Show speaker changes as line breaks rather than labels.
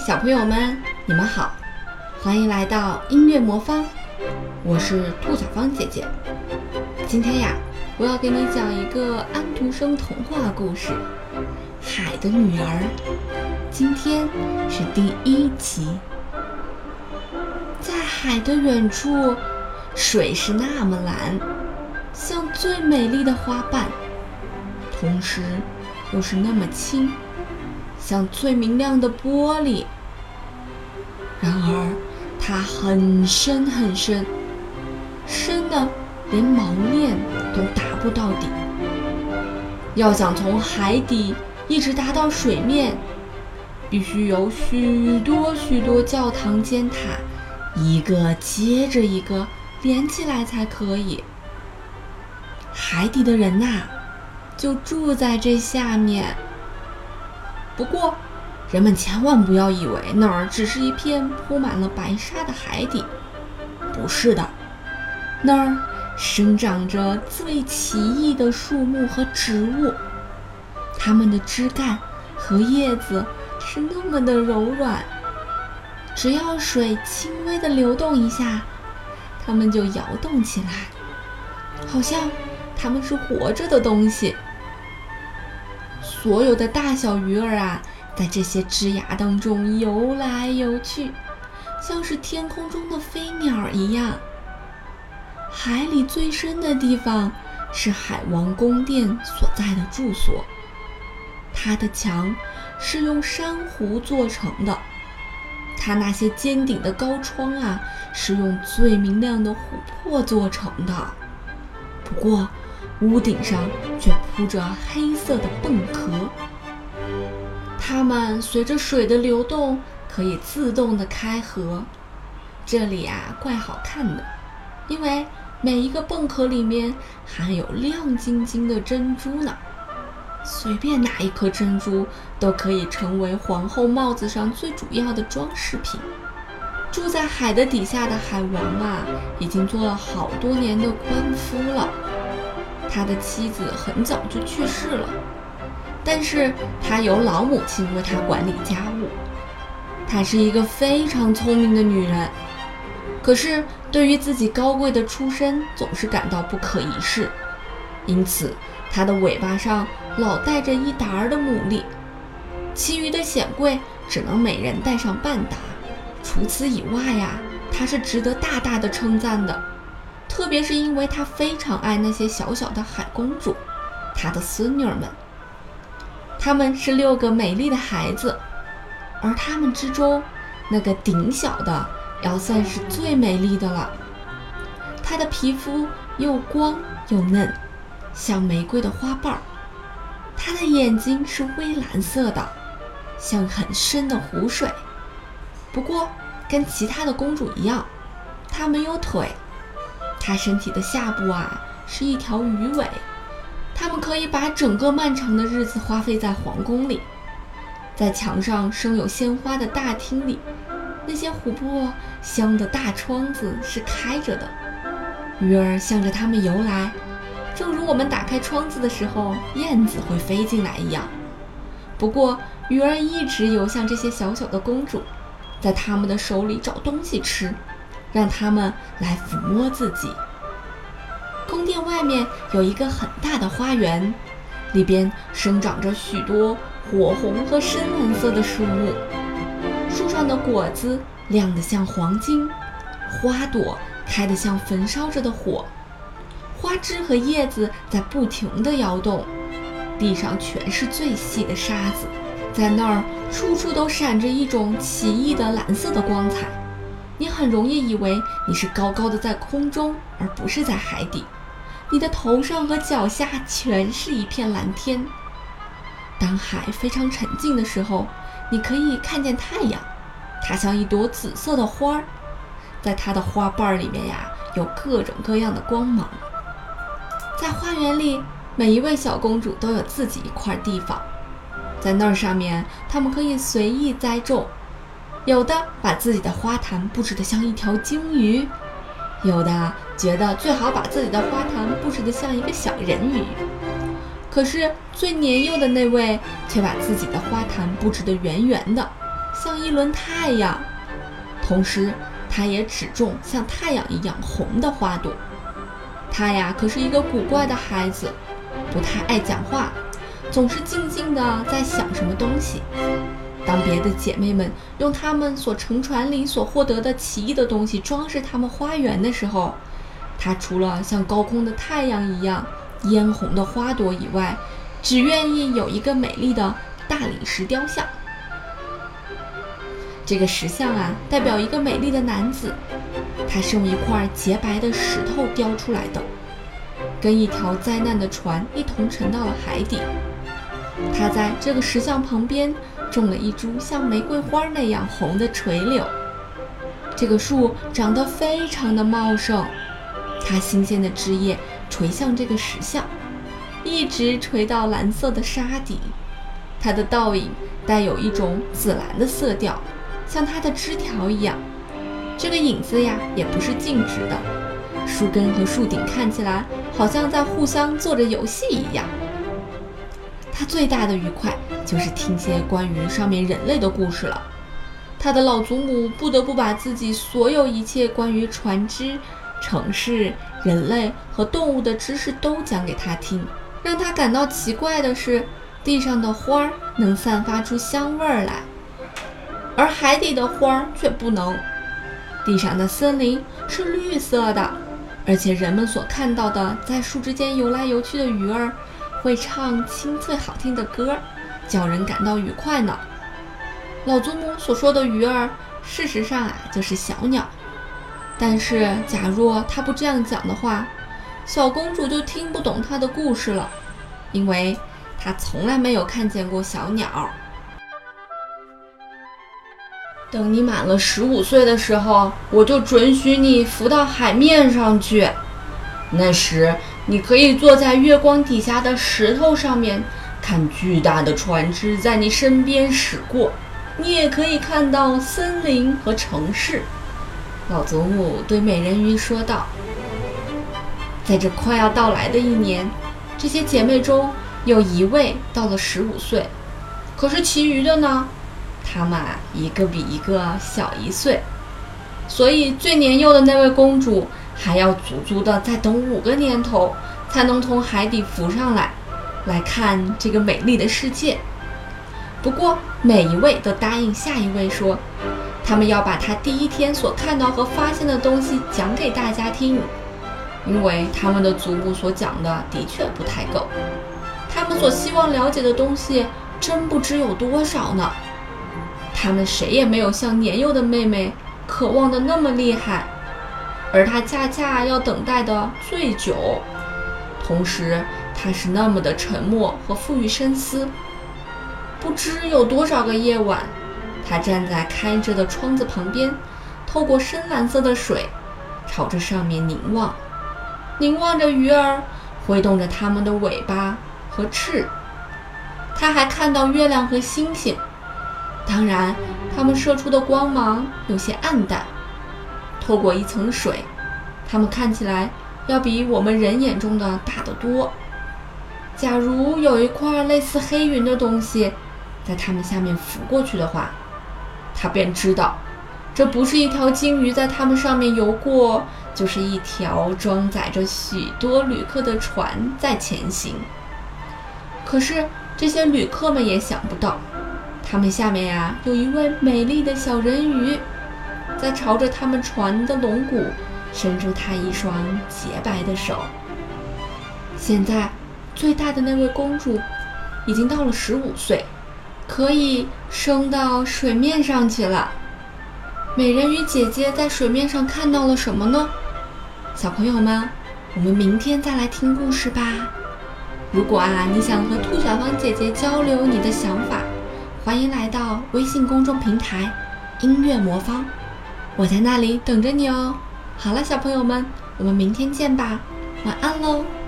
小朋友们，你们好，欢迎来到音乐魔方，我是兔小芳姐姐。今天呀，我要给你讲一个安徒生童话故事《海的女儿》。今天是第1集。在海的远处，水是那么蓝，像最美丽的花瓣，同时又是那么清，像最明亮的玻璃。然而它很深很深，深的连锚链都达不到底。要想从海底一直达到水面，必须有许多许多教堂尖塔，一个接着一个连起来才可以。海底的人呐，就住在这下面。不过人们千万不要以为那儿只是一片铺满了白沙的海底，不是的，那儿生长着最奇异的树木和植物，它们的枝干和叶子是那么的柔软，只要水轻微的流动一下，它们就摇动起来，好像它们是活着的东西。所有的大小鱼儿啊，在这些枝芽当中游来游去，像是天空中的飞鸟一样。海里最深的地方是海王宫殿所在的住所，它的墙是用珊瑚做成的，它那些尖顶的高窗啊，是用最明亮的琥珀做成的。不过屋顶上却铺着黑色的蚌壳，它们随着水的流动可以自动的开合。这里啊怪好看的，因为每一个蚌壳里面含有亮晶晶的珍珠呢，随便哪一颗珍珠都可以成为皇后帽子上最主要的装饰品。住在海的底下的海王啊，已经做了好多年的官夫了。他的妻子很早就去世了，但是他有老母亲为他管理家务。她是一个非常聪明的女人，可是对于自己高贵的出身总是感到不可一世，因此她的尾巴上老带着一沓的牡蛎，其余的显贵只能每人带上半沓。除此以外呀，她是值得大大的称赞的，特别是因为她非常爱那些小小的海公主，她的孙女们。她们是6个美丽的孩子，而她们之中那个顶小的要算是最美丽的了。她的皮肤又光又嫩，像玫瑰的花瓣。她的眼睛是微蓝色的，像很深的湖水。不过跟其他的公主一样，她没有腿。她身体的下部啊是一条鱼尾。她们可以把整个漫长的日子花费在皇宫里，在墙上生有鲜花的大厅里，那些琥珀香的大窗子是开着的，鱼儿向着它们游来，正如我们打开窗子的时候燕子会飞进来一样。不过鱼儿一直游向这些小小的公主，在她们的手里找东西吃，让她们来抚摸自己。宫殿外面有一个很大的花园，里边生长着许多火红和深蓝色的树木，树上的果子亮得像黄金，花朵开得像焚烧着的火，花枝和叶子在不停地摇动，地上全是最细的沙子，在那儿处处都闪着一种奇异的蓝色的光彩，你很容易以为你是高高的在空中，而不是在海底。你的头上和脚下全是一片蓝天。当海非常沉静的时候，你可以看见太阳，它像一朵紫色的花，在它的花瓣里面呀，有各种各样的光芒。在花园里，每一位小公主都有自己一块地方，在那上面她们可以随意栽种，有的把自己的花坛布置得像一条鲸鱼，有的觉得最好把自己的花坛布置得像一个小人鱼。可是最年幼的那位却把自己的花坛布置得圆圆的， 像一轮太阳，同时它也只种像太阳一样红的花朵。他呀可是一个古怪的孩子，不太爱讲话，总是静静地在想什么东西。当别的姐妹们用她们所乘船里所获得的奇异的东西装饰她们花园的时候，她除了像高空的太阳一样嫣红的花朵以外，只愿意有一个美丽的大理石雕像。这个石像啊，代表一个美丽的男子，他是用一块洁白的石头雕出来的，跟一条灾难的船一同沉到了海底。他在这个石像旁边种了一株像玫瑰花那样红的垂柳，这个树长得非常的茂盛，它新鲜的枝叶垂向这个石像，一直垂到蓝色的沙底，它的倒影带有一种紫蓝的色调，像它的枝条一样。这个影子呀也不是静止的，树根和树顶看起来好像在互相做着游戏一样。他最大的愉快就是听些关于上面人类的故事了。他的老祖母不得不把自己所有一切关于船只、城市、人类和动物的知识都讲给他听。让他感到奇怪的是，地上的花能散发出香味来，而海底的花却不能。地上的森林是绿色的，而且人们所看到的在树枝间游来游去的鱼儿会唱清脆好听的歌，叫人感到愉快呢。老祖母所说的鱼儿，事实上啊就是小鸟，但是假若她不这样讲的话，小公主就听不懂她的故事了，因为她从来没有看见过小鸟。等你满了15岁的时候，我就准许你浮到海面上去。那时你可以坐在月光底下的石头上面，看巨大的船只在你身边驶过，你也可以看到森林和城市。老祖母对美人鱼说道。在这快要到来的一年，这些姐妹中有一位到了15岁，可是其余的呢，她们一个比一个小1岁，所以最年幼的那位公主还要足足的再等5个年头，才能从海底浮上来，来看这个美丽的世界。不过每一位都答应下一位说，他们要把他第一天所看到和发现的东西讲给大家听，因为他们的祖母所讲的的确不太够，他们所希望了解的东西真不知有多少呢。他们谁也没有像年幼的妹妹渴望的那么厉害，而她恰恰要等待的最久，同时她是那么的沉默和富于深思。不知有多少个夜晚，她站在开着的窗子旁边，透过深蓝色的水，朝着上面凝望着鱼儿挥动着它们的尾巴和翅。她还看到月亮和星星，当然它们射出的光芒有些暗淡，透过一层水，它们看起来要比我们人眼中的大得多。假如有一块类似黑云的东西在它们下面浮过去的话，他便知道这不是一条鲸鱼在它们上面游过，就是一条装载着许多旅客的船在前行。可是这些旅客们也想不到，他们下面呀有一位美丽的小人鱼，在朝着他们船的龙骨伸出他一双洁白的手。现在最大的那位公主已经到了15岁，可以升到水面上去了。美人鱼姐姐在水面上看到了什么呢？小朋友们，我们明天再来听故事吧。如果你想和兔小芳姐姐交流你的想法，欢迎来到微信公众平台音乐魔方，我在那里等着你哦。好了，小朋友们，我们明天见吧，晚安喽。